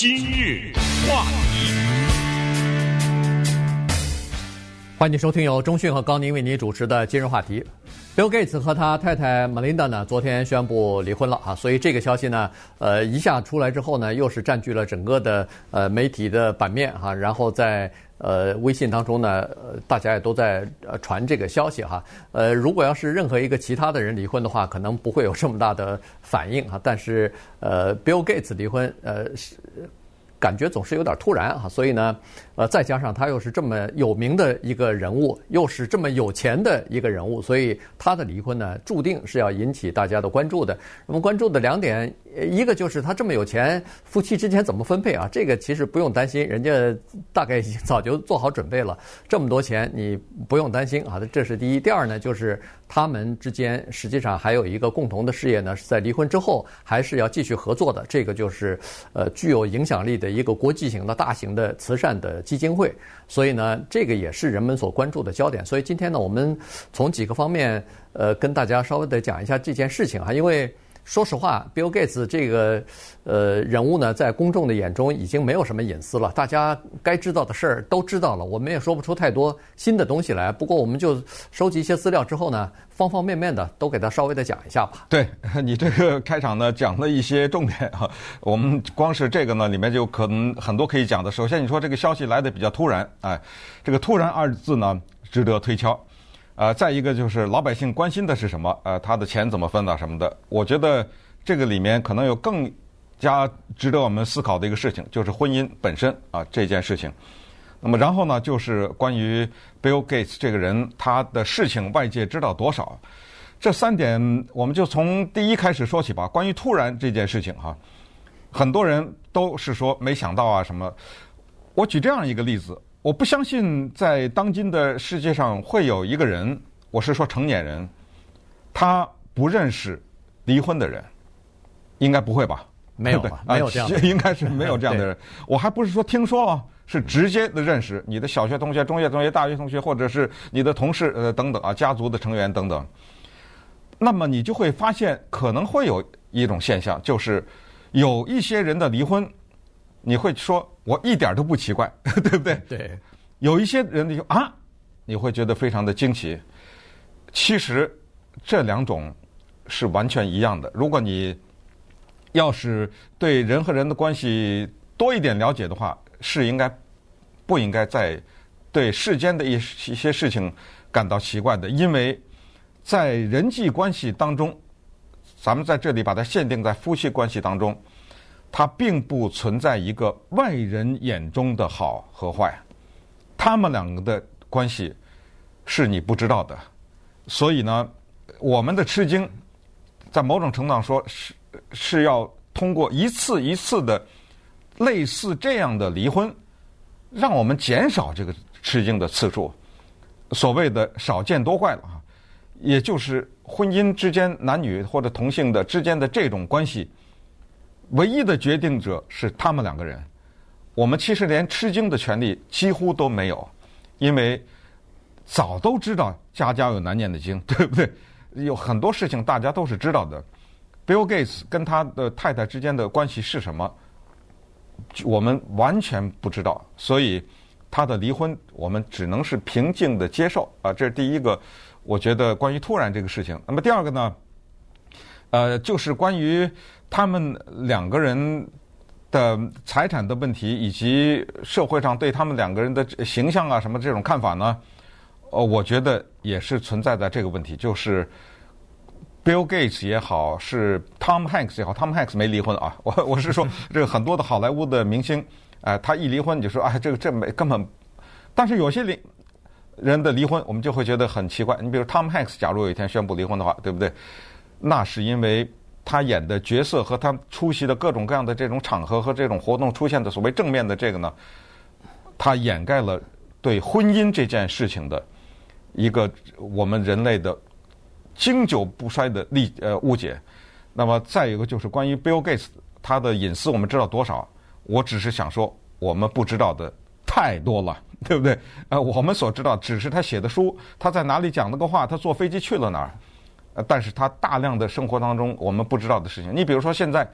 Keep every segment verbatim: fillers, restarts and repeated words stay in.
今日话题， 欢迎收听由钟讯和高宁为您主持的今日话题。Bill Gates 和他太太 Melinda 呢，昨天宣布离婚了啊，所以这个消息呢，呃，一下出来之后呢，又是占据了整个的呃媒体的版面哈，然后在呃微信当中呢，呃，大家也都在呃传这个消息哈。呃，如果要是任何一个其他的人离婚的话，可能不会有这么大的反应哈，但是呃 Bill Gates 离婚，呃是。感觉总是有点突然啊，所以呢，呃，再加上他又是这么有名的一个人物，又是这么有钱的一个人物，所以他的离婚呢，注定是要引起大家的关注的。那么关注的两点，一个就是他这么有钱，夫妻之间怎么分配啊？这个其实不用担心，人家大概早就做好准备了，这么多钱你不用担心啊，这是第一。第二呢，就是他们之间实际上还有一个共同的事业呢，是在离婚之后还是要继续合作的，这个就是呃具有影响力的一个国际型的大型的慈善的基金会，所以呢，这个也是人们所关注的焦点。所以今天呢，我们从几个方面，呃，跟大家稍微的讲一下这件事情哈。因为说实话 ，Bill Gates 这个呃人物呢，在公众的眼中已经没有什么隐私了，大家该知道的事儿都知道了，我们也说不出太多新的东西来。不过，我们就收集一些资料之后呢，方方面面的都给他稍微的讲一下吧。 对，你这个开场呢讲了一些重点啊，我们光是这个呢里面就可能很多可以讲的。首先你说这个消息来的比较突然，哎，这个突然二字呢值得推敲。呃，再一个就是老百姓关心的是什么？呃，他的钱怎么分啊什么的。我觉得这个里面可能有更加值得我们思考的一个事情，就是婚姻本身啊这件事情。那么然后呢，就是关于 Bill Gates 这个人，他的事情外界知道多少？这三点我们就从第一开始说起吧。关于突然这件事情哈，很多人都是说没想到啊什么。我举这样一个例子，我不相信在当今的世界上会有一个人，我是说成年人，他不认识离婚的人，应该不会吧？ 没有吧？没有这样的， 应该是没有这样的人。我还不是说听说啊，是直接的认识你的小学同学、中学同学、大学同学，或者是你的同事呃等等啊，家族的成员等等。那么你就会发现，可能会有一种现象，就是有一些人的离婚，你会说我一点都不奇怪，对不对？ 对。 有一些人你就啊，你会觉得非常的惊奇。其实这两种是完全一样的。如果你要是对人和人的关系多一点了解的话，是应该不应该在对世间的一一些事情感到奇怪的？因为在人际关系当中，咱们在这里把它限定在夫妻关系当中，它并不存在一个外人眼中的好和坏，他们两个的关系是你不知道的。所以呢，我们的吃惊，在某种程度上说是是要通过一次一次的类似这样的离婚，让我们减少这个吃惊的次数。所谓的少见多怪了啊，也就是婚姻之间男女或者同性的之间的这种关系，唯一的决定者是他们两个人。我们其实连吃惊的权利几乎都没有，因为早都知道家家有难念的经，对不对？有很多事情大家都是知道的。Bill Gates 跟他的太太之间的关系是什么，我们完全不知道，所以他的离婚我们只能是平静的接受啊。这是第一个，我觉得关于突然这个事情。那么第二个呢，呃，就是关于他们两个人的财产的问题，以及社会上对他们两个人的形象啊什么这种看法呢，呃，我觉得也是存在的这个问题，就是 Bill Gates 也好，是 Tom Hanks 也好 ，Tom Hanks 没离婚啊，我我是说这个很多的好莱坞的明星，哎、呃，他一离婚你就说，哎，这个这没根本，但是有些离人的离婚，我们就会觉得很奇怪。你比如 Tom Hanks， 假如有一天宣布离婚的话，对不对？那是因为他演的角色和他出席的各种各样的这种场合和这种活动出现的所谓正面的这个呢，他掩盖了对婚姻这件事情的一个我们人类的经久不衰的理呃误解。那么再一个就是关于 Bill Gates 他的隐私我们知道多少？我只是想说我们不知道的太多了，对不对？呃，我们所知道只是他写的书，他在哪里讲了个话，他坐飞机去了哪儿。呃，但是他大量的生活当中我们不知道的事情，你比如说现在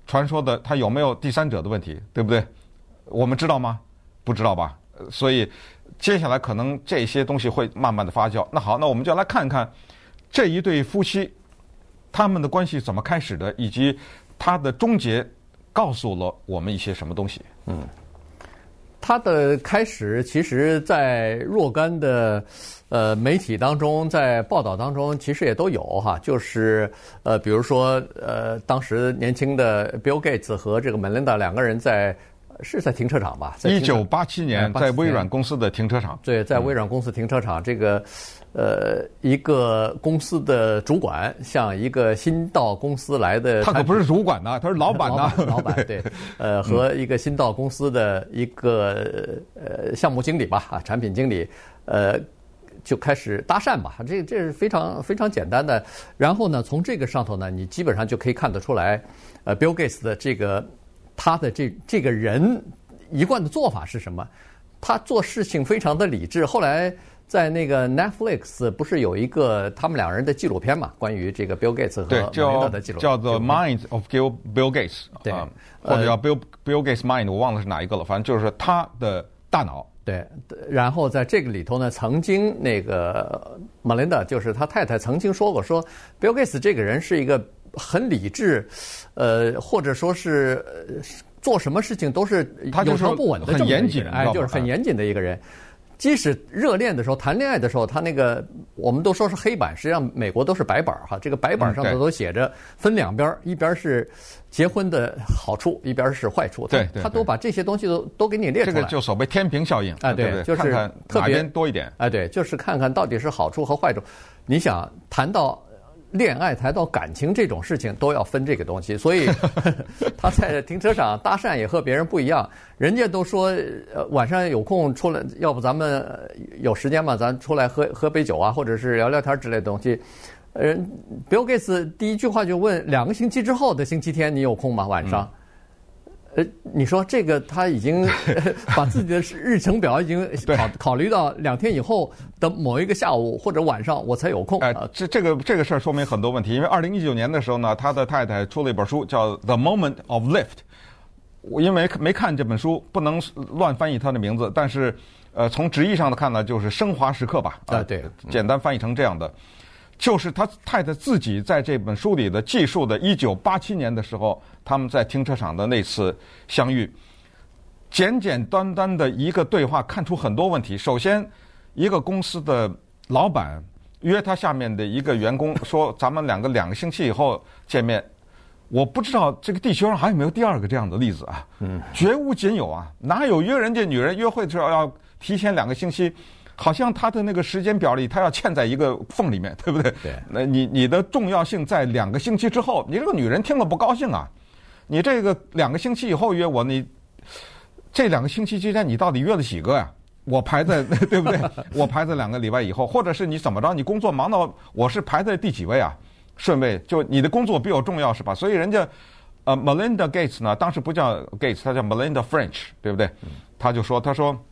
传说的他有没有第三者的问题，对不对？我们知道吗？不知道吧？所以接下来可能这些东西会慢慢的发酵。那好，那我们就来看看这一对夫妻他们的关系怎么开始的，以及他的终结告诉了我们一些什么东西。 嗯，他的开始其实在若干的呃媒体当中，在报道当中其实也都有哈，就是呃比如说呃当时年轻的 Bill Gates 和这个 Melinda 两个人在是在停车场吧？ 一九八七年在微软公司的停车场。 对，在微软公司停车场，这个呃一个公司的主管向一个新到公司来的， 他可不是主管呐，他是老板呐， 老板对，呃和一个新到公司的一个呃项目经理吧，啊产品经理，呃就开始搭讪吧，这这是非常非常简单的。然后呢，从这个上头呢，你基本上就可以看得出来，呃 Bill Gates 的这个。他的这这个人一贯的做法是什么？他做事情非常的理智。后来在那个 Netflix 不是有一个他们两人的纪录片嘛？关于这个 Bill Gates 和 Melinda 的纪录片， 叫做 Mind of Bill Bill Gates， 对， 啊、或者叫 Bill Bill Gates Mind， 我忘了是哪一个了，反正就是他的大脑。 对，然后在这个里头呢，曾经那个 Melinda 就是他太太曾经说过，说 Bill Gates 这个人是一个很理智，呃，或者说是做什么事情都是有条不紊的， 很严谨， 哎，就是很严谨的一个人。即使热恋的时候、谈恋爱的时候，他那个我们都说是黑板，实际上美国都是白板哈。这个白板上头都写着分两边，一边是结婚的好处，一边是坏处。 对， 他都把这些东西都都给你列出来。 这个就所谓天平效应， 哎，对，就是看看哪边多一点。 哎，对，就是看看到底是好处和坏处。你想谈到恋爱谈到感情这种事情都要分这个东西，所以他在停车场搭讪也和别人不一样。人家都说，呃，晚上有空出来，要不咱们有时间嘛，咱出来喝喝杯酒啊，或者是聊聊天之类的东西。呃 ，Bill Gates 第一句话就问：两个星期之后的星期天你有空吗？晚上？呃，你说这个他已经把自己的日程表已经考考虑到两天以后的某一个下午或者晚上我才有空。 哎，这这个这个事儿说明很多问题。因为二零一九年的时候呢，他的太太出了一本书叫《The Moment of Lift》。我因为没看这本书，不能乱翻译他的名字，但是呃，从直译上的看呢，就是升华时刻吧。 啊，对， 简单翻译成这样的。就是他太太自己在这本书里的记述的一九八七年的时候，他们在停车场的那次相遇，简简单单的一个对话，看出很多问题。首先，一个公司的老板约他下面的一个员工说：“咱们两个两个星期以后见面。”我不知道这个地球上还有没有第二个这样的例子啊？嗯，绝无仅有啊！哪有约人家女人约会的时候要提前两个星期？好像他的那个时间表里，他要嵌在一个缝里面，对不对？ 对。 那你你的重要性在两个星期之后，你这个女人听了不高兴啊！你这个两个星期以后约我，你这两个星期之间你到底约了几个呀？我排在对不对？我排在两个礼拜以后，或者是你怎么着？你工作忙到我是排在第几位啊？顺位就你的工作比我重要是吧？所以人家呃 Melinda Gates 呢，当时不叫 Gates， 他叫 Melinda French， 对不对？他就说他说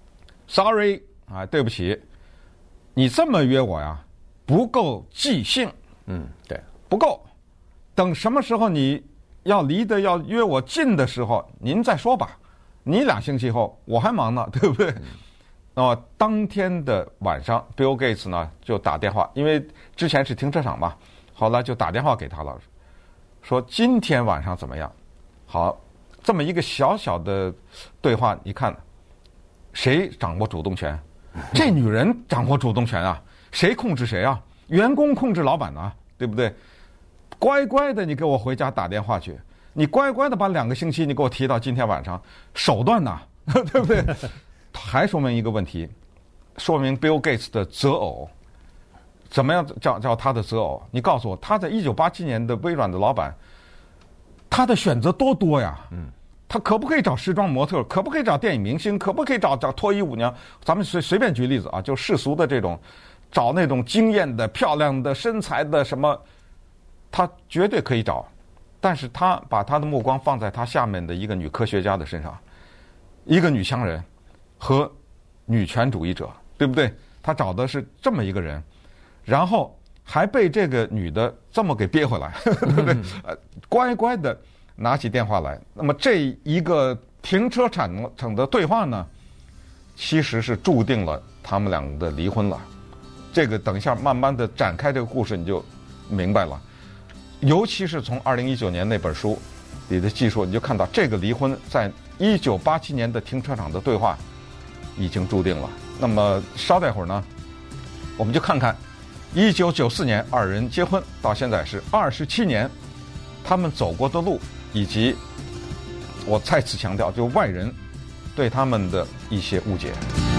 Sorry。啊，对不起，你这么约我呀，不够即兴。 嗯，对， 不够。等什么时候你要离得要约我近的时候，您再说吧。你两星期后我还忙呢，对不对？那么、嗯、当天的晚上 ，Bill Gates 呢就打电话，因为之前是停车场嘛，后来就打电话给他了，说今天晚上怎么样？好，这么一个小小的对话，你看，谁掌握主动权？这女人掌握主动权啊，谁控制谁啊？员工控制老板啊，对不对？乖乖的，你给我回家打电话去，你乖乖的把两个星期你给我提到今天晚上，手段呐，对不对？还说明一个问题，说明 Bill Gates 的择偶，怎么样叫叫他的择偶？你告诉我，他在一九八七年的微软的老板，他的选择多多呀，嗯。他可不可以找时装模特？可不可以找电影明星？可不可以找找脱衣舞娘？咱们随随便举例子啊，就世俗的这种，找那种惊艳的、漂亮的、身材的什么，他绝对可以找。但是他把他的目光放在他下面的一个女科学家的身上，一个女强人和女权主义者，对不对？他找的是这么一个人，然后还被这个女的这么给憋回来，对不对？呃，乖乖的。 拿起电话来。那么这一个停车场场的对话呢，其实是注定了他们俩的离婚了。这个等一下慢慢的展开这个故事你就明白了。尤其是从二零一九年那本书里的记述，你就看到这个离婚在一九八七年的停车场的对话已经注定了。那么稍待会儿呢，我们就看看一九九四年二人结婚到现在是二十七年，他们走过的路，以及我再次强调，就外人对他们的一些误解。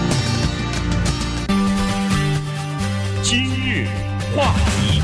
今日话题，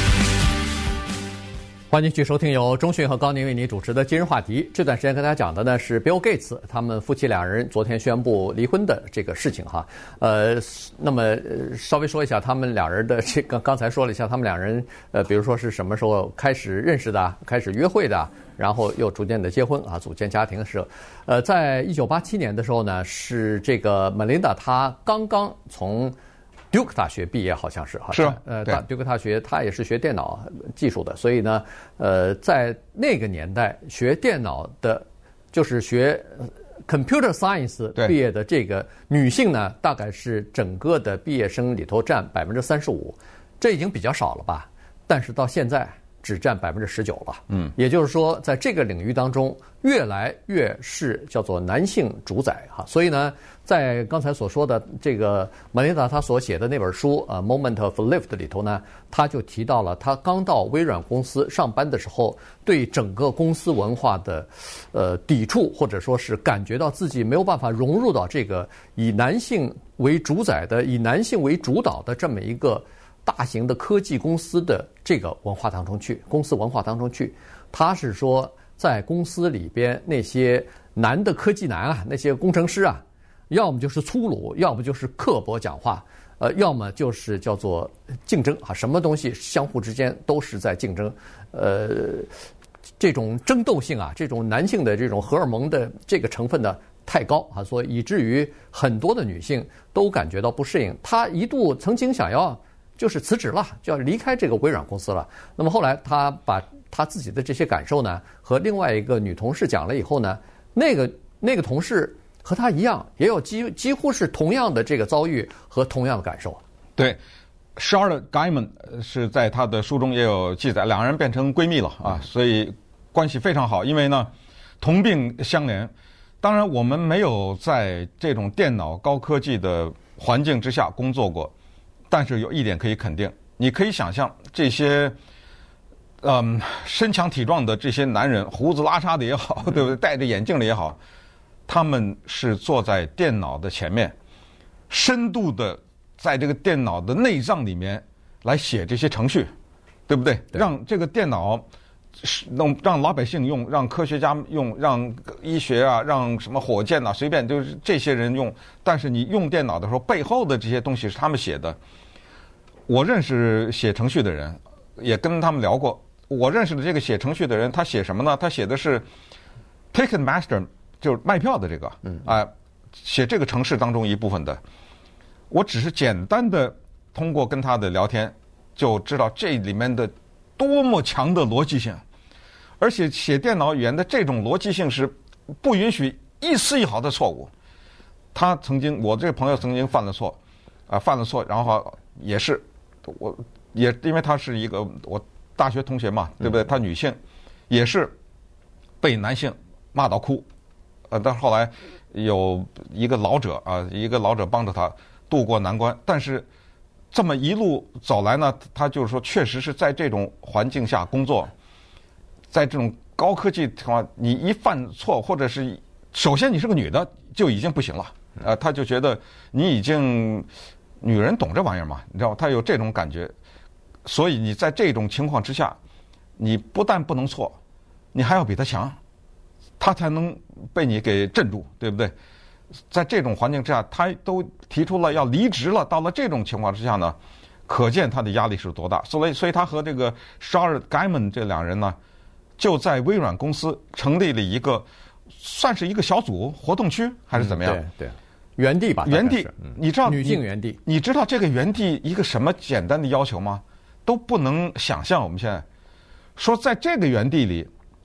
欢迎继续收听由钟迅和高宁为你主持的今日话题。这段时间跟大家讲的呢是 Bill Gates 他们夫妻两人昨天宣布离婚的这个事情哈。呃，那么稍微说一下他们两人的这个，刚才说了一下他们两人呃，比如说是什么时候开始认识的，开始约会的，然后又逐渐的结婚啊，组建家庭的时候，呃，在一九八七年的时候呢，是这个 Melinda 她刚刚从Duke 大学毕业，好像是哈， 是呃，Duke 大学他也是学电脑技术的，所以呢，呃，在那个年代学电脑的，就是学 Computer Science 毕业的这个女性呢，大概是整个的毕业生里头占百分之三十五，这已经比较少了吧？但是到现在只占百分之十九了。嗯，也就是说，在这个领域当中，越来越是叫做男性主宰哈。所以呢，在刚才所说的这个玛琳达她所写的那本书呃《Moment of Lift》里头呢，他就提到了他刚到微软公司上班的时候，对整个公司文化的呃抵触，或者说是感觉到自己没有办法融入到这个以男性为主宰的、以男性为主导的这么一个大型的科技公司的这个文化当中去，公司文化当中去。他是说，在公司里边那些男的科技男啊，那些工程师啊，要么就是粗鲁，要么就是刻薄讲话，呃，要么就是叫做竞争啊，什么东西相互之间都是在竞争，呃，这种争斗性啊，这种男性的这种荷尔蒙的这个成分呢太高啊，所以以至于很多的女性都感觉到不适应。她一度曾经想要就是辞职了，就要离开这个微软公司了。那么后来他把他自己的这些感受呢，和另外一个女同事讲了以后呢，那个那个同事和他一样，也有几几乎是同样的这个遭遇和同样的感受。 对 ，Charlotte Guyman 是在他的书中也有记载，两人变成闺蜜了啊，所以关系非常好。因为呢，同病相怜。当然，我们没有在这种电脑高科技的环境之下工作过。但是有一点可以肯定，你可以想象这些，嗯，身强体壮的这些男人，胡子拉碴的也好，对不对？戴着眼镜的也好，他们是坐在电脑的前面，深度的在这个电脑的内脏里面来写这些程序，对不对？ 对， 让这个电脑弄让老百姓用，让科学家用，让医学啊，让什么火箭啊，随便就是这些人用。但是你用电脑的时候，背后的这些东西是他们写的。我认识写程序的人，也跟他们聊过。我认识的这个写程序的人，他写什么呢？他写的是 Ticketmaster， 就是卖票的这个，嗯啊、呃，写这个程式当中一部分的。我只是简单的通过跟他的聊天，就知道这里面的多么强的逻辑性，而且写电脑语言的这种逻辑性是不允许一丝一毫的错误。他曾经，我这个朋友曾经犯了错，啊、呃，犯了错，然后也是。我也因为她是一个我大学同学嘛，对不对？她女性也是被男性骂到哭，呃，但后来有一个老者啊，一个老者帮着她渡过难关。但是这么一路走来呢，她就是说，确实是在这种环境下工作，在这种高科技情况，你一犯错，或者是首先你是个女的就已经不行了，呃，她就觉得你已经。女人懂这玩意儿嘛？你知道，她有这种感觉，所以你在这种情况之下，你不但不能错，你还要比她强，她才能被你给镇住，对不对？在这种环境之下，她都提出了要离职了。到了这种情况之下呢，可见她的压力是多大。所以，所以她和这个 Charlotte Guyman 这两人呢，就在微软公司成立了一个，算是一个小组活动区，还是怎么样？ 嗯、对。对原地吧， 原地，你知道女性原地， 你知道这个原地一个什么简单的要求吗？都不能想象。我们现在说，在这个原地里，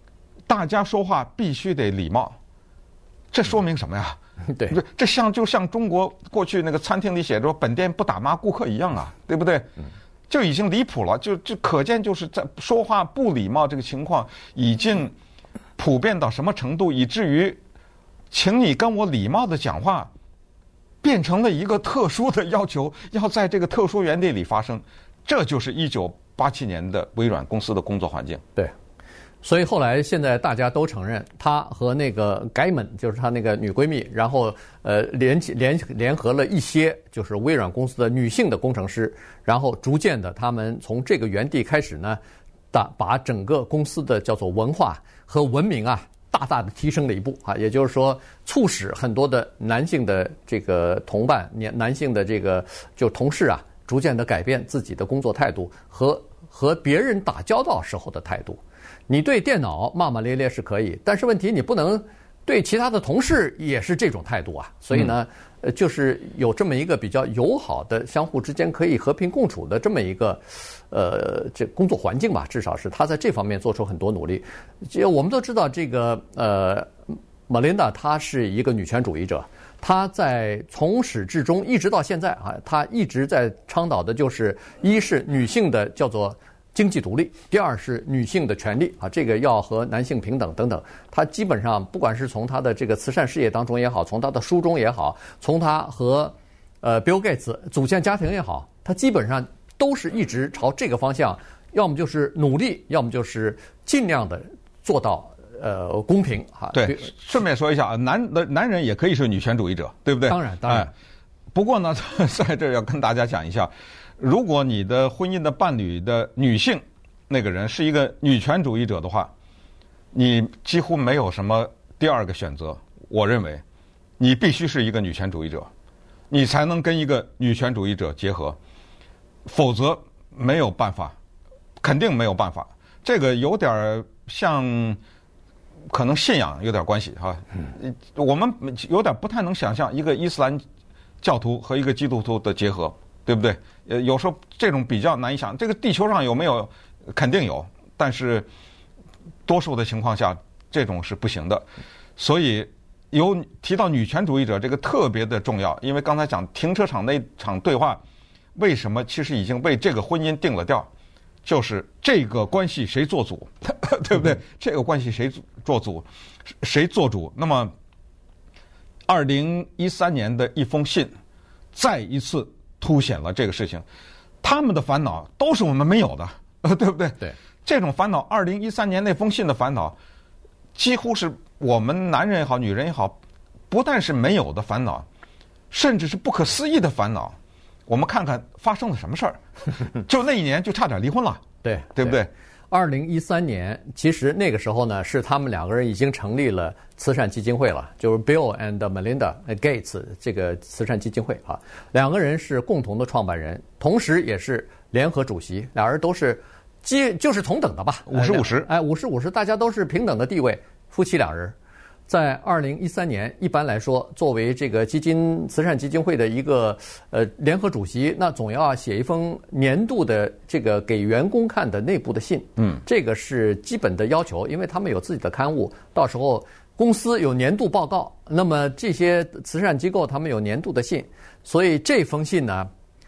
大家说话必须得礼貌，这说明什么呀？ 对， 这像就像中国过去那个餐厅里写着本店不打骂顾客一样啊，对不对？就已经离谱了，就就可见就是在说话不礼貌这个情况已经普遍到什么程度，以至于请你跟我礼貌的讲话变成了一个特殊的要求，要在这个特殊园地里发生。这就是一九八七年的微软公司的工作环境。 对。所以后来现在大家都承认，她和那个盖门就是她那个女闺蜜，然后呃联起联联合了一些就是微软公司的女性的工程师，然后逐渐的他们从这个园地开始呢，大把整个公司的叫做文化和文明啊大大的提升了一步啊，也就是说促使很多的男性的这个同伴、男男性的这个就同事啊，逐渐的改变自己的工作态度和和别人打交道时候的态度。你对电脑骂骂咧咧是可以，但是问题你不能对其他的同事也是这种态度啊。所以呢，呃，就是有这么一个比较友好的、相互之间可以和平共处的这么一个，呃，这工作环境吧，至少是他在这方面做出很多努力。就我们都知道，这个呃，Melinda 她是一个女权主义者，她在从始至终一直到现在啊，她一直在倡导的就是，一是女性的叫做经济独立，第二是女性的权利啊，这个要和男性平等等等。他基本上不管是从他的这个慈善事业当中也好，从他的书中也好，从他和呃 Bill Gates 组建家庭也好，他基本上都是一直朝这个方向，要么就是努力，要么就是尽量的做到呃公平啊。 对，顺便说一下啊，男的男人也可以是女权主义者，对不对？ 当然，当然。 哎、不过呢，在这儿要跟大家讲一下。如果你的婚姻的伴侣的女性那个人是一个女权主义者的话，你几乎没有什么第二个选择。我认为，你必须是一个女权主义者，你才能跟一个女权主义者结合，否则没有办法，肯定没有办法。这个有点像，可能信仰有点关系哈。嗯、我们有点不太能想象一个伊斯兰教徒和一个基督徒的结合。对不对？呃，有时候这种比较难以想。这个地球上有没有？肯定有，但是多数的情况下，这种是不行的。所以有提到女权主义者这个特别的重要，因为刚才讲停车场那场对话，为什么其实已经为这个婚姻定了调，就是这个关系谁做主，对不对？这个关系谁做主，谁做主？那么，二零一三年的一封信，再一次凸显了这个事情，他们的烦恼都是我们没有的，对不对？ 对， 这种烦恼，二零一三年那封信的烦恼，几乎是我们男人也好，女人也好，不但是没有的烦恼，甚至是不可思议的烦恼。我们看看发生了什么事儿，就那一年就差点离婚了， 对， 对不对？ 二零一三年，其实那个时候呢，是他们两个人已经成立了慈善基金会了，就是 Bill and Melinda Gates 这个慈善基金会啊，两个人是共同的创办人，同时也是联合主席，俩人都是基就是同等的吧， 五十五十， 哎，五十五十，大家都是平等的地位，夫妻俩人。在二零一三年，一般来说，作为这个基金慈善基金会的一个呃联合主席，那总要写一封年度的这个给员工看的内部的信。嗯，这个是基本的要求，因为他们有自己的刊物，到时候公司有年度报告，那么这些慈善机构他们有年度的信，所以这封信呢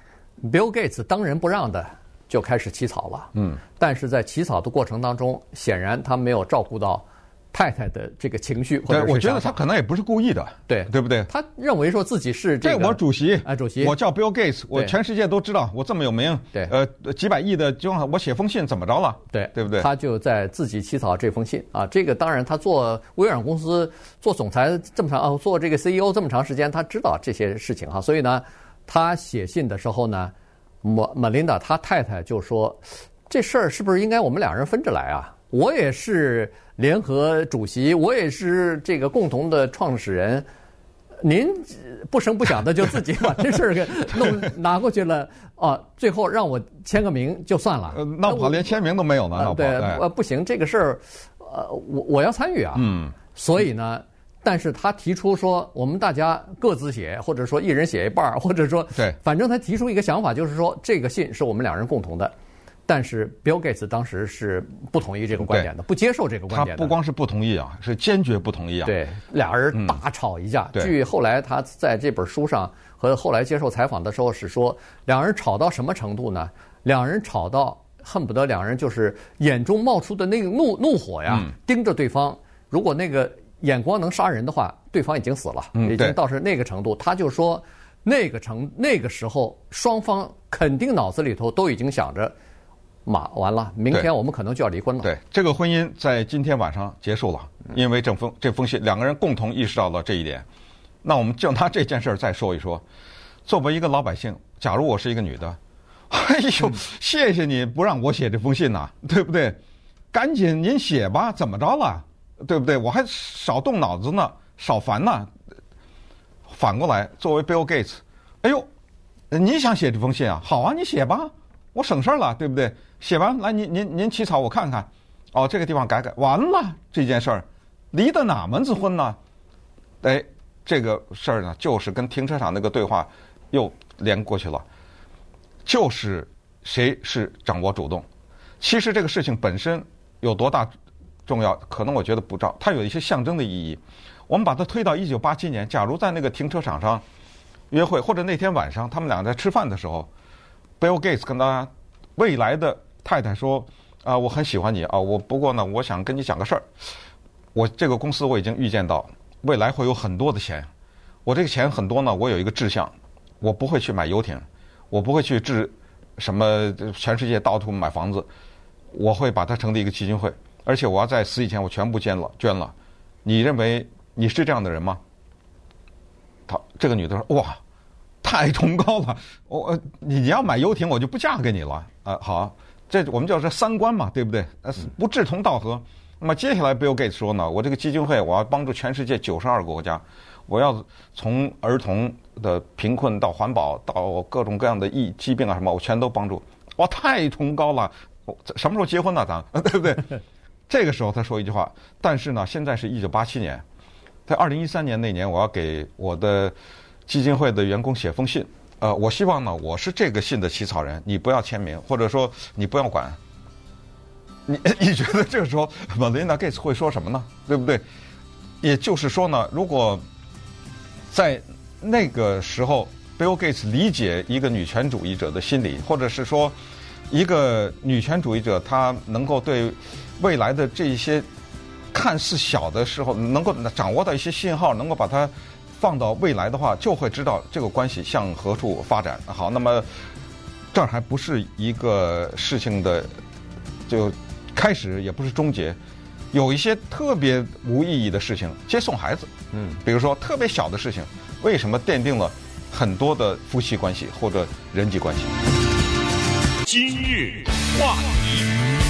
，Bill Gates 当仁不让的就开始起草了。嗯，但是在起草的过程当中，显然他没有照顾到太太的这个情绪，或者是我觉得他可能也不是故意的， 对对不对？ 他认为说自己是这个，这我主席， 哎，主席， 我叫 Bill Gates， 我全世界都知道，我这么有名， 对， 呃，几百亿的就我写封信怎么着了？ 对， 对不对？ 他就在自己起草这封信啊。这个当然，他做微软公司做总裁这么长，啊，做这个 C E O 这么长时间，他知道这些事情哈。所以呢，他写信的时候呢，Melinda 他太太就说，这事儿是不是应该我们两人分着来啊？我也是联合主席，我也是这个共同的创始人，您不声不响的就自己把这事儿给弄拿过去了啊，最后让我签个名就算了， 呃，闹不好连签名都没有呢，闹不好， 对，呃，不行，这个事儿，呃，我我要参与啊，嗯，所以呢，但是他提出说，我们大家各自写，或者说一人写一半，或者说， 对， 反正他提出一个想法，就是说这个信是我们两人共同的。 但是 Bill Gates 当时是不同意这个观点的，不接受这个观点的。 他不光是不同意啊，是坚决不同意啊。 对，俩人大吵一架。 嗯、 据后来他在这本书上和后来接受采访的时候是说，两人吵到什么程度呢？两人吵到恨不得两人就是眼中冒出的那个怒怒火呀，嗯、盯着对方。如果那个眼光能杀人的话，对方已经死了， 嗯、 已经到是那个程度。他就说，那个程那个时候，双方肯定脑子里头都已经想着。马完了，明天我们可能就要离婚了。 对，这个婚姻在今天晚上结束了，因为这封这封信，两个人共同意识到了这一点。那我们就拿这件事儿再说一说。作为一个老百姓，假如我是一个女的，哎呦，谢谢你不让我写这封信呐，对不对？赶紧您写吧，怎么着了？对不对？我还少动脑子呢，少烦呢。反过来，作为 Bill Gates， 哎呦，你想写这封信啊？好啊，你写吧，我省事儿了，对不对？写完来，您您您起草，我看看。哦，这个地方改改，完了，这件事儿离的哪门子婚呢？哎，这个事儿呢，就是跟停车场那个对话又连过去了，就是谁是掌握主动。其实这个事情本身有多大重要，可能我觉得不照，它有一些象征的意义。我们把它推到一九八七年，假如在那个停车场上约会，或者那天晚上他们俩在吃饭的时候 ，Bill Gates 跟他未来的太太说：“啊，我很喜欢你啊，我不过呢，我想跟你讲个事儿。我这个公司我已经预见到未来会有很多的钱，我这个钱很多呢，我有一个志向，我不会去买游艇，我不会去治什么全世界到处买房子，我会把它成立一个基金会，而且我要在死以前我全部捐了捐了。你认为你是这样的人吗？”他这个女的说：“哇，太崇高了！我你要买游艇，我就不嫁给你了。”啊，好，这我们叫这三观嘛，对不对？呃，不志同道合。那么接下来 Bill Gates 说呢，我这个基金会我要帮助全世界九十二个国家，我要从儿童的贫困到环保到各种各样的疫疾病啊什么，我全都帮助。哇，太崇高了！什么时候结婚呢？咱对不对？这个时候他说一句话，但是呢，现在是一九八七年，在二零一三年那年，我要给我的基金会的员工写封信。呃，我希望呢，我是这个信的起草人，你不要签名，或者说你不要管。你你觉得这个时候 Melinda Gates 会说什么呢？对不对？也就是说呢，如果在那个时候 Bill Gates 理解一个女权主义者的心理，或者是说一个女权主义者他能够对未来的这一些看似小的时候，能够掌握到一些信号，能够把它放到未来的话，就会知道这个关系向何处发展。好，那么这儿还不是一个事情的就开始，也不是终结，有一些特别无意义的事情，接送孩子，嗯，比如说特别小的事情，为什么奠定了很多的夫妻关系或者人际关系？ 今日话题。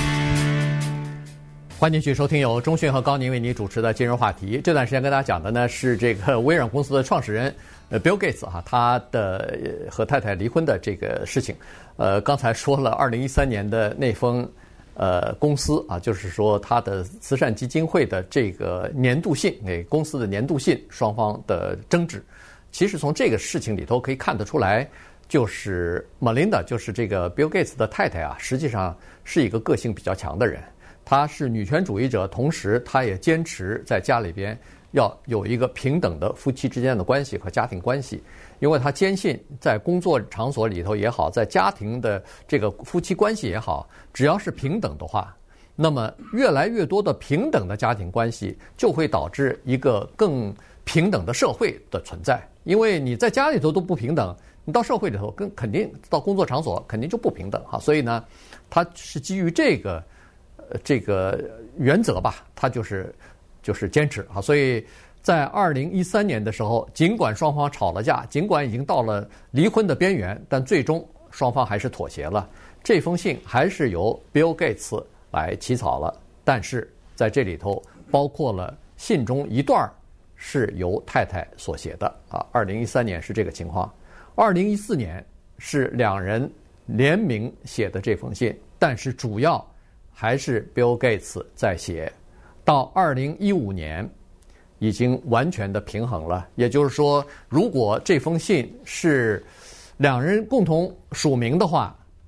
欢迎继续收听由钟迅和高宁为你主持的今日话题。这段时间跟大家讲的呢是这个微软公司的创始人呃 Bill Gates 哈、啊，他的和太太离婚的这个事情。呃，刚才说了二零一三年的那封呃公司啊，就是说他的慈善基金会的这个年度信给公司的年度信，双方的争执。其实从这个事情里头可以看得出来，就是 Melinda 就是这个 Bill Gates 的太太啊，实际上是一个个性比较强的人。她是女权主义者，同时她也坚持在家里边要有一个平等的夫妻之间的关系和家庭关系，因为她坚信在工作场所里头也好，在家庭的这个夫妻关系也好，只要是平等的话，那么越来越多的平等的家庭关系就会导致一个更平等的社会的存在。因为你在家里头都不平等，你到社会里头跟肯定到工作场所肯定就不平等哈。所以呢，她是基于这个。这个原则吧，他就是就是坚持啊，所以在二零一三年的时候，尽管双方吵了架，尽管已经到了离婚的边缘，但最终双方还是妥协了。这封信还是由 Bill Gates 来起草了，但是在这里头包括了信中一段是由太太所写的啊。二零一三年是这个情况，二零一四年是两人联名写的这封信，但是主要还是 Bill Gates 在写，到二零一五年已经完全的平衡了。也就是说，如果这封信是两人共同署名的话，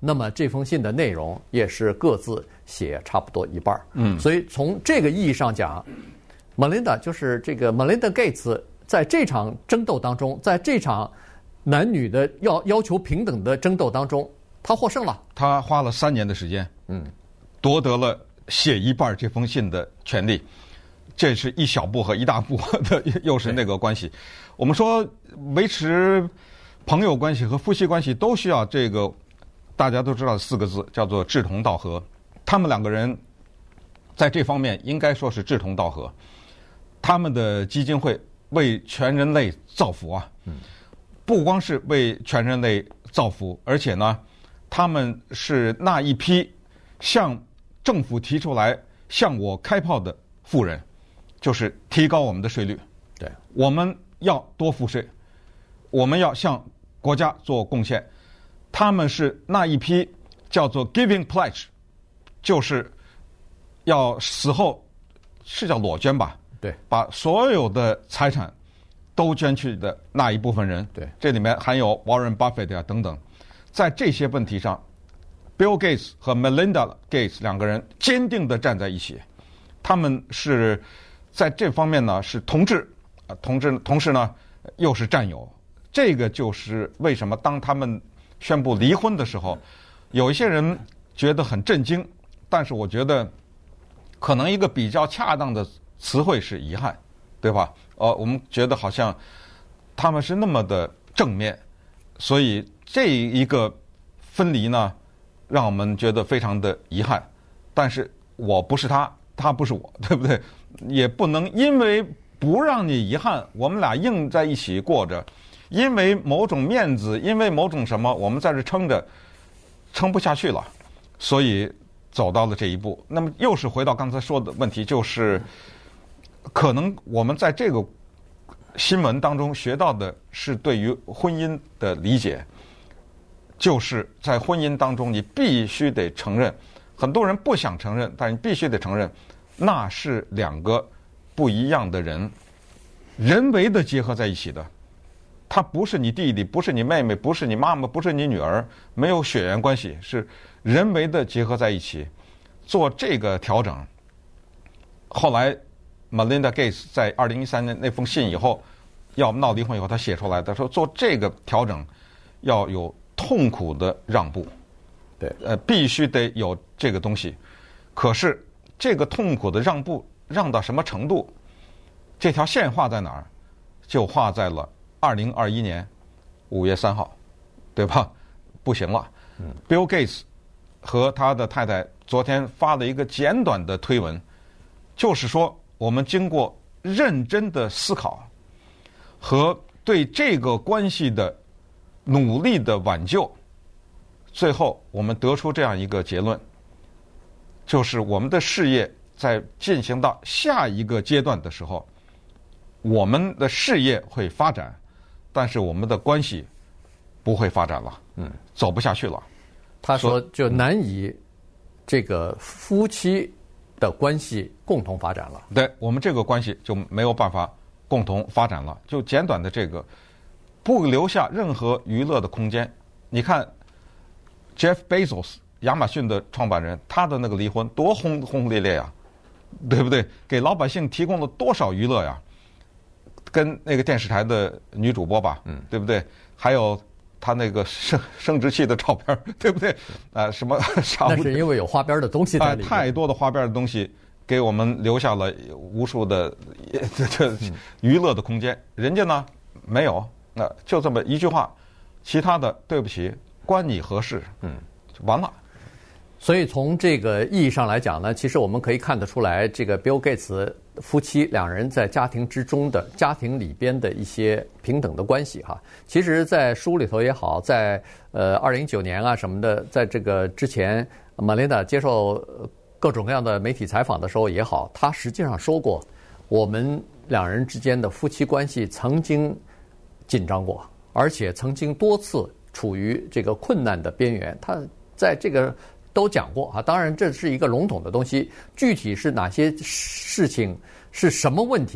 那么这封信的内容也是各自写差不多一半。嗯，所以从这个意义上讲 ，Melinda 就是这个 Melinda Gates 在这场争斗当中，在这场男女的要要求平等的争斗当中，他获胜了。 他花了三年的时间，嗯，夺得了写一半这封信的权利。这是一小步和一大步的，又是那个关系。我们说维持朋友关系和夫妻关系都需要这个大家都知道的四个字，叫做志同道合。他们两个人在这方面应该说是志同道合。他们的基金会为全人类造福啊，不光是为全人类造福，而且呢，他们是那一批向政府提出来向我开炮的富人。就是提高我们的税率， 对， 我们要多付税，我们要向国家做贡献。他们是那一批叫做 giving pledge， 就是要死后是叫裸捐吧？ 对， 把所有的财产都捐去的那一部分人。 对， 这里面含有 Warren Buffett 啊等等，在这些问题上 ，Bill Gates 和 Melinda Gates 两个人坚定地站在一起，他们是。在这方面呢是同志，啊，同志，同时呢又是战友。这个就是为什么当他们宣布离婚的时候，有一些人觉得很震惊，但是我觉得可能一个比较恰当的词汇是遗憾，对吧？呃，我们觉得好像他们是那么的正面，所以这一个分离呢，让我们觉得非常的遗憾。但是我不是他，他不是我，对不对？也不能因为不让你遗憾，我们俩硬在一起过着，因为某种面子，因为某种什么，我们在这撑着，撑不下去了，所以走到了这一步。那么又是回到刚才说的问题，就是可能我们在这个新闻当中学到的是对于婚姻的理解，就是在婚姻当中你必须得承认，很多人不想承认，但是你必须得承认。那是两个不一样的人，人为的结合在一起的。他不是你弟弟，不是你妹妹，不是你妈妈，不是你女儿，没有血缘关系，是人为的结合在一起做这个调整。后来 Melinda Gates 在二零一三年那封信以后，要闹离婚以后，他写出来的说做这个调整要有痛苦的让步， 对， 呃，必须得有这个东西。可是这个痛苦的让步让到什么程度？这条线画在哪儿？就画在了二零二一年五月三号，对吧？不行了。嗯、Bill Gates 和他的太太昨天发了一个简短的推文，就是说我们经过认真的思考和对这个关系的努力的挽救，最后我们得出这样一个结论。就是我们的事业在进行到下一个阶段的时候，我们的事业会发展，但是我们的关系不会发展了，嗯，走不下去了。 他说，就难以这个夫妻的关系共同发展了。 对，我们这个关系就没有办法共同发展了。就简短的这个，不留下任何娱乐的空间。你看 ，Jeff Bezos。亚马逊的创办人，他的那个离婚多轰轰烈烈呀，对不对？给老百姓提供了多少娱乐呀？跟那个电视台的女主播吧，嗯，对不对？还有他那个生生殖器的照片，对不对？啊、呃，什么？ 那是因为有花边的东西在里面、 呃。太多的花边的东西给我们留下了无数的这这娱乐的空间。人家呢没有，那、呃、就这么一句话，其他的对不起，关你何事？嗯，就完了。 所以从这个意义上来讲呢，其实我们可以看得出来，这个 Bill Gates 夫妻两人在家庭之中的家庭里边的一些平等的关系哈。其实，在书里头也好，在呃二零一九年啊什么的，在这个之前 ，Melinda 接受各种各样的媒体采访的时候也好，他实际上说过，我们两人之间的夫妻关系曾经紧张过，而且曾经多次处于这个困难的边缘。他在这个都讲过啊，当然这是一个笼统的东西，具体是哪些事情，是什么问题，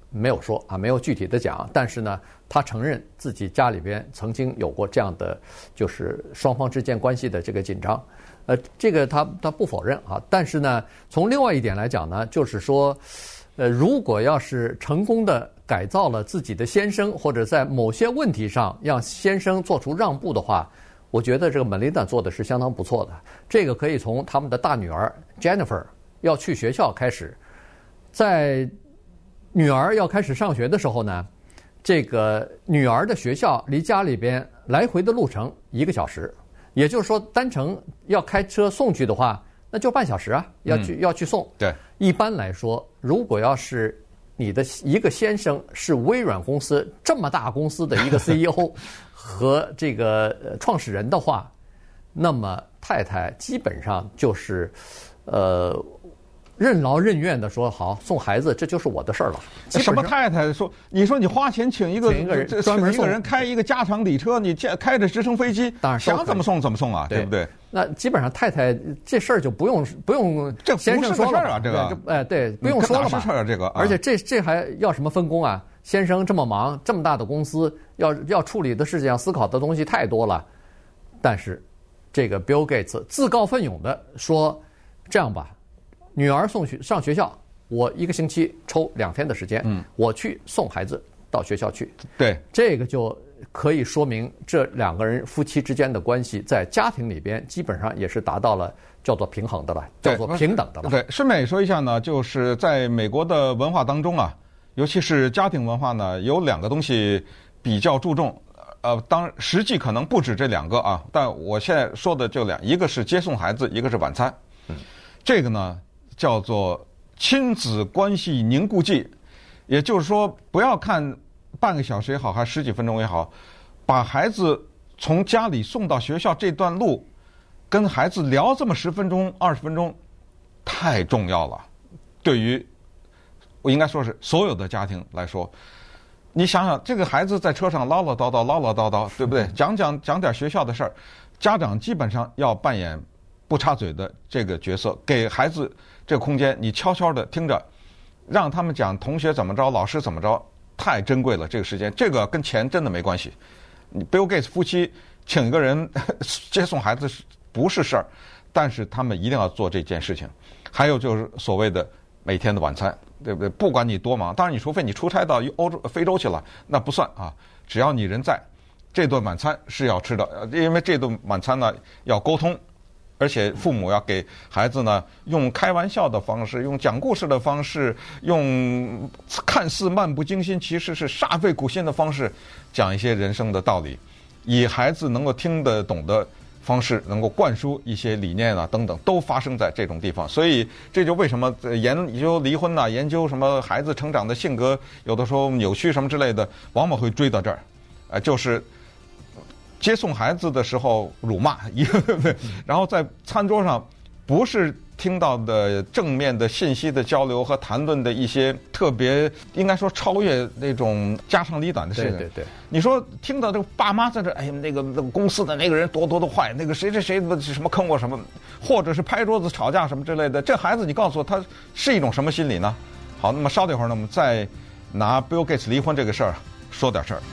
没有说啊，没有具体的讲，但是呢，他承认自己家里边曾经有过这样的，就是双方之间关系的这个紧张，呃，这个他他不否认啊。但是呢，从另外一点来讲呢，就是说，呃，如果要是成功的改造了自己的先生，或者在某些问题上让先生做出让步的话，我觉得这个 Melinda 做的是相当不错的。这个可以从他们的大女儿 Jennifer 要去学校开始，在女儿要开始上学的时候呢，这个女儿的学校离家里边来回的路程一个小时，也就是说单程要开车送去的话，那就半小时啊，要去、嗯、要去送。 对， 一般来说，如果要是你的一个先生是微软公司这么大公司的一个 C E O 和这个创始人的话，那么太太基本上就是呃。任劳任怨的说好送孩子，这就是我的事儿了。 什么太太说？你说你花钱请一个请一个人专门一个人开一个加长礼车，你开着直升飞机， 当然想怎么送怎么送啊，对不对？ 那基本上太太这事儿就不用不用这先生说了啊，这个哎对，不用说了吧？ 事儿啊，这个。 而且这这还要什么分工啊？先生这么忙，这么大的公司，要要处理的事情、要思考的东西太多了。但是这个 Bill Gates 自告奋勇的说：“这样吧。”女儿送去上学校，我一个星期抽两天的时间，嗯，我去送孩子到学校去。 对， 这个就可以说明这两个人夫妻之间的关系在家庭里边基本上也是达到了叫做平衡的了，叫做平等的了。 对，顺便也说一下呢，就是在美国的文化当中啊，尤其是家庭文化呢，有两个东西比较注重。呃，当然实际可能不止这两个啊，但我现在说的就两，一个是接送孩子，一个是晚餐。嗯，这个呢。叫做亲子关系凝固剂，也就是说，不要看半个小时也好，还十几分钟也好，把孩子从家里送到学校这段路，跟孩子聊这么十分钟、二十分钟，太重要了。对于我应该说是所有的家庭来说，你想想，这个孩子在车上唠唠叨叨、唠唠叨叨，对不对？讲讲讲点学校的事儿，家长基本上要扮演不插嘴的这个角色，给孩子这个空间，你悄悄的听着，让他们讲同学怎么着，老师怎么着，太珍贵了。这个时间，这个跟钱真的没关系。你 Bill Gates 夫妻请一个人接送孩子不是事儿，但是他们一定要做这件事情。还有就是所谓的每天的晚餐，对不对？不管你多忙，当然你除非你出差到欧洲、非洲去了，那不算啊。只要你人在，这顿晚餐是要吃的，因为这顿晚餐呢要沟通。而且父母要给孩子呢，用开玩笑的方式，用讲故事的方式，用看似漫不经心，其实是煞费苦心的方式，讲一些人生的道理，以孩子能够听得懂的方式，能够灌输一些理念啊等等，都发生在这种地方。所以这就为什么研究离婚呐、研究什么孩子成长的性格，有的时候扭曲什么之类的，往往会追到这儿，呃，就是。接送孩子的时候辱骂，然后在餐桌上不是听到的正面的信息的交流和谈论的一些特别应该说超越那种家长里短的事情。 对对对， 你说听到这个爸妈在这，哎呀，那个那个公司的那个人多多的坏，那个谁谁谁什么坑我什么，或者是拍桌子吵架什么之类的，这孩子你告诉我他是一种什么心理呢？好，那么稍等一会儿呢，我们再拿 Bill Gates 离婚这个事儿说点事儿。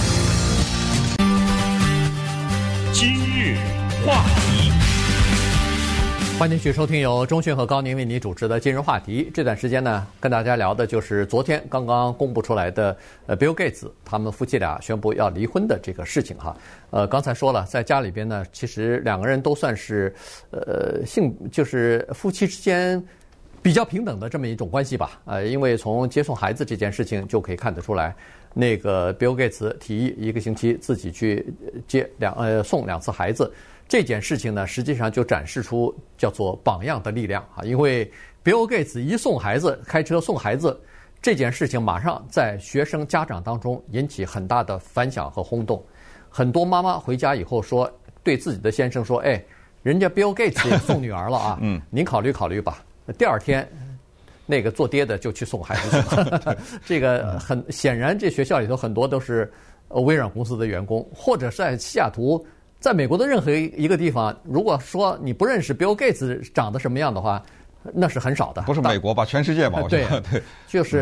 今日话题， 欢迎继续收听由钟迅和高宁为你主持的今日话题。这段时间呢，跟大家聊的就是昨天刚刚公布出来的，呃，Bill Gates 他们夫妻俩宣布要离婚的这个事情哈。呃，刚才说了，在家里边呢，其实两个人都算是，呃，性就是夫妻之间比较平等的这么一种关系吧。呃，因为从接送孩子这件事情就可以看得出来。那个 Bill Gates 提议一个星期自己去接两呃送两次孩子，这件事情呢，实际上就展示出叫做榜样的力量啊。因为 Bill Gates 一送孩子，开车送孩子这件事情，马上在学生家长当中引起很大的反响和轰动。很多妈妈回家以后说，对自己的先生说：“哎，人家 Bill Gates 也送女儿了啊，嗯，您考虑考虑吧。”第二天。那个做爹的就去送孩子去了，这个很显然，这学校里头很多都是微软公司的员工，或者是在西雅图，在美国的任何一个地方，如果说你不认识 Bill Gates 长得什么样的话，那是很少的。 不是美国吧？全世界吧？我觉得对，就是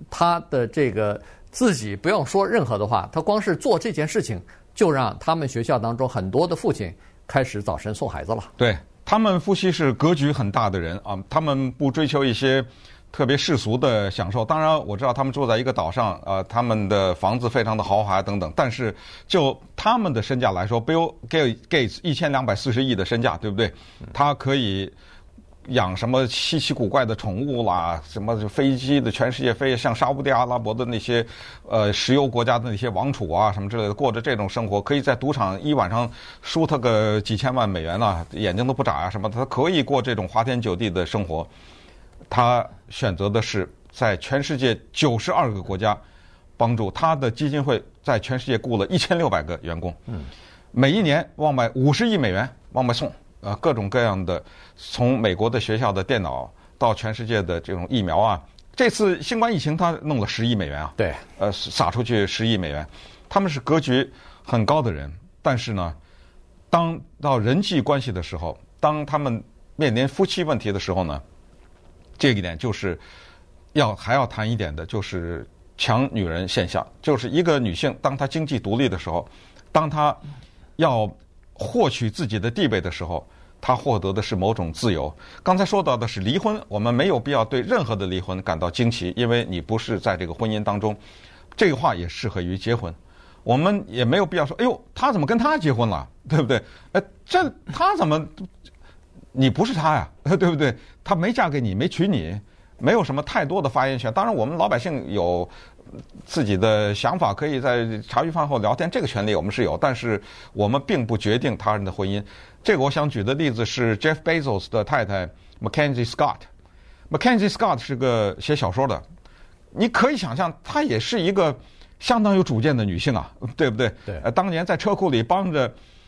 他的这个自己不用说任何的话，他光是做这件事情，就让他们学校当中很多的父亲开始早晨送孩子了。 对，他们夫妻是格局很大的人啊，他们不追求一些特别世俗的享受。当然，我知道他们住在一个岛上，呃，他们的房子非常的豪华等等。但是就他们的身价来说 ，Bill Gates 一千两百四十亿的身价，对不对？他可以养什么稀奇古怪的宠物啦，什么飞机的全世界飞，像沙烏地阿拉伯的那些呃石油国家的那些王储啊什么之类的，过着这种生活，可以在赌场一晚上输他个几千万美元啊，眼睛都不眨啊什么，他可以过这种花天酒地的生活。他选择的是在全世界九十二个国家帮助他的基金会，在全世界雇了一千六百个员工，嗯，每一年往外五十亿美元往外送。呃，各种各样的，从美国的学校的电脑到全世界的这种疫苗啊，这次新冠疫情他弄了十亿美元啊， 对， 呃，撒出去十亿美元，他们是格局很高的人，但是呢，当到人际关系的时候，当他们面临夫妻问题的时候呢，这一点就是要还要谈一点的，就是强女人现象，就是一个女性当她经济独立的时候，当她要获取自己的地位的时候，他获得的是某种自由。刚才说到的是离婚，我们没有必要对任何的离婚感到惊奇，因为你不是在这个婚姻当中。这个话也适合于结婚，我们也没有必要说，哎呦，他怎么跟他结婚了，对不对？哎，这他怎么，你不是他呀，对不对？他没嫁给你，没娶你，没有什么太多的发言权。当然，我们老百姓有自己的想法，可以在茶余饭后聊天，这个权利我们是有，但是我们并不决定他人的婚姻。这个我想举的例子是 Jeff Bezos 的太太 Mackenzie Scott。Mackenzie Scott 是个写小说的，你可以想象，她也是一个相当有主见的女性啊，对不对？ 对。 呃，当年在车库里帮着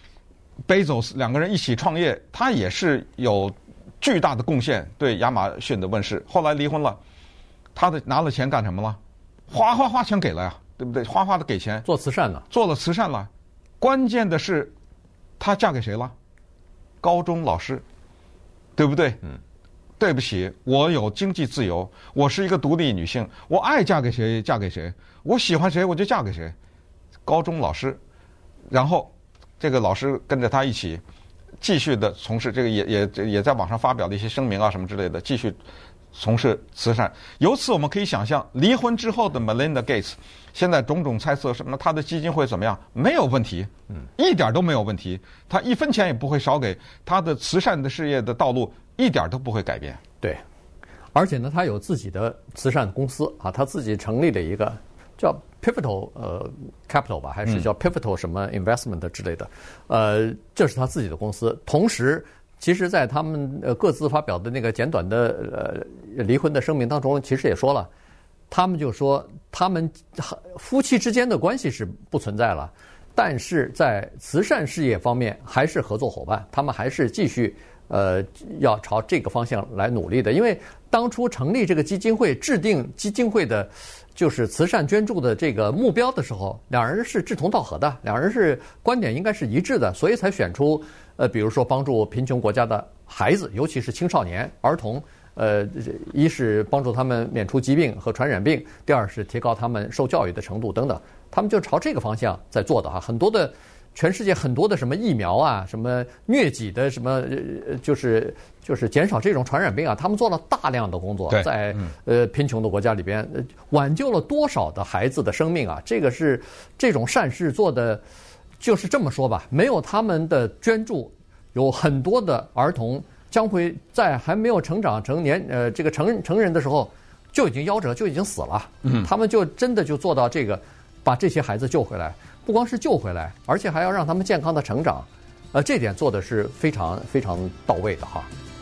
Bezos 两个人一起创业，她也是有巨大的贡献对亚马逊的问世。后来离婚了，她的拿了钱干什么了？哗哗哗全给了呀，对不对？哗哗的给钱， 做慈善呢， 做了慈善了。关键的是，她嫁给谁了？高中老师，对不对？嗯。对不起，我有经济自由，我是一个独立女性，我爱嫁给谁嫁给谁，我喜欢谁我就嫁给谁。高中老师，然后这个老师跟着他一起继续的从事这个，也也也在网上发表了一些声明啊什么之类的，继续从事慈善。由此我们可以想象，离婚之后的 Melinda Gates， 现在种种猜测，什么他的基金会怎么样，没有问题，嗯，一点都没有问题，他一分钱也不会少给，他的慈善的事业的道路一点都不会改变。 对，而且呢，他有自己的慈善公司啊，他自己成立了一个叫 Pivotal 呃 Capital 吧，还是叫 Pivotal 什么 Investment 之类的，呃，这是他自己的公司。同时，其实，在他们呃各自发表的那个简短的呃离婚的声明当中，其实也说了，他们就说他们夫妻之间的关系是不存在了，但是在慈善事业方面还是合作伙伴，他们还是继续呃要朝这个方向来努力的。因为当初成立这个基金会、制定基金会的就是慈善捐助的这个目标的时候，两人是志同道合的，两人是观点应该是一致的，所以才选出呃，比如说帮助贫穷国家的孩子，尤其是青少年、儿童。呃，一是帮助他们免除疾病和传染病，第二是提高他们受教育的程度等等，他们就朝这个方向在做的哈。很多的全世界很多的什么疫苗啊，什么疟疾的什么，就是就是减少这种传染病啊，他们做了大量的工作，在呃贫穷的国家里边，挽救了多少的孩子的生命啊！这个是这种善事做的，就是这么说吧，没有他们的捐助，有很多的儿童将会在还没有成长成年呃这个成成人的时候就已经夭折，就已经死了。嗯，他们就真的就做到这个，把这些孩子救回来，不光是救回来，而且还要让他们健康的成长，呃，这点做的是非常非常到位的哈。